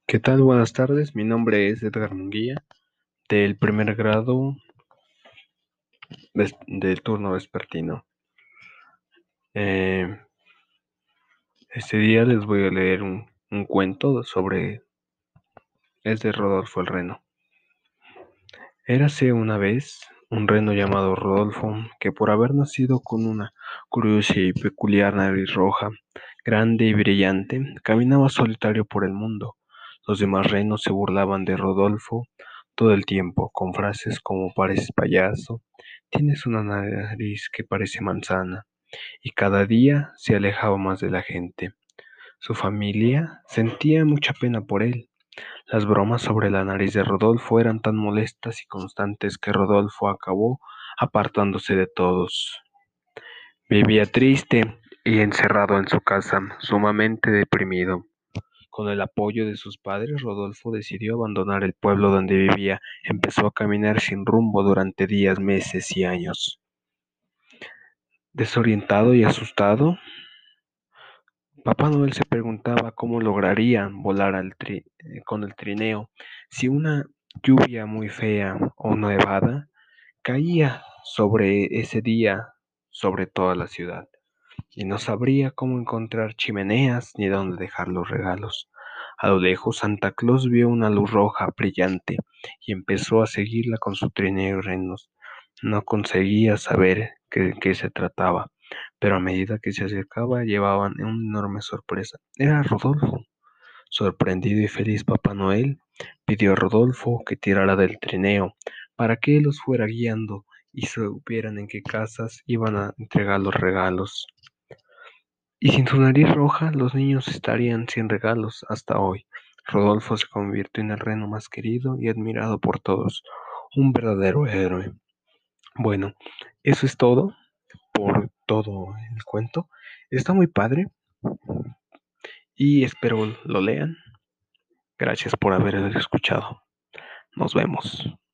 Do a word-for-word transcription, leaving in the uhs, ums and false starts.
¿Qué tal? Buenas tardes. Mi nombre es Edgar Munguía, del primer grado ves- del turno vespertino. Eh, este día les voy a leer un, un cuento sobre... es de Rodolfo el Reno. Érase una vez un reno llamado Rodolfo, que por haber nacido con una curiosa y peculiar nariz roja, grande y brillante, caminaba solitario por el mundo. Los demás renos se burlaban de Rodolfo todo el tiempo, con frases como pareces payaso, tienes una nariz que parece manzana, y cada día se alejaba más de la gente. Su familia sentía mucha pena por él. Las bromas sobre la nariz de Rodolfo eran tan molestas y constantes que Rodolfo acabó apartándose de todos. Vivía triste y encerrado en su casa, sumamente deprimido. Con el apoyo de sus padres, Rodolfo decidió abandonar el pueblo donde vivía. Empezó a caminar sin rumbo durante días, meses y años. Desorientado y asustado, Papá Noel se preguntaba cómo lograrían volar al tri- eh, con el trineo si una lluvia muy fea o nevada caía sobre ese día sobre toda la ciudad, y no sabría cómo encontrar chimeneas ni dónde dejar los regalos. A lo lejos, Santa Claus vio una luz roja brillante y empezó a seguirla con su trineo y renos. No conseguía saber de qué se trataba, pero a medida que se acercaba llevaban una enorme sorpresa. Era Rodolfo. Sorprendido y feliz, Papá Noel pidió a Rodolfo que tirara del trineo para que él los fuera guiando y supieran en qué casas iban a entregar los regalos. Y sin su nariz roja, los niños estarían sin regalos hasta hoy. Rodolfo se convirtió en el reno más querido y admirado por todos, un verdadero héroe. Bueno, eso es todo por todo el cuento. Está muy padre y espero lo lean. Gracias por haber escuchado. Nos vemos.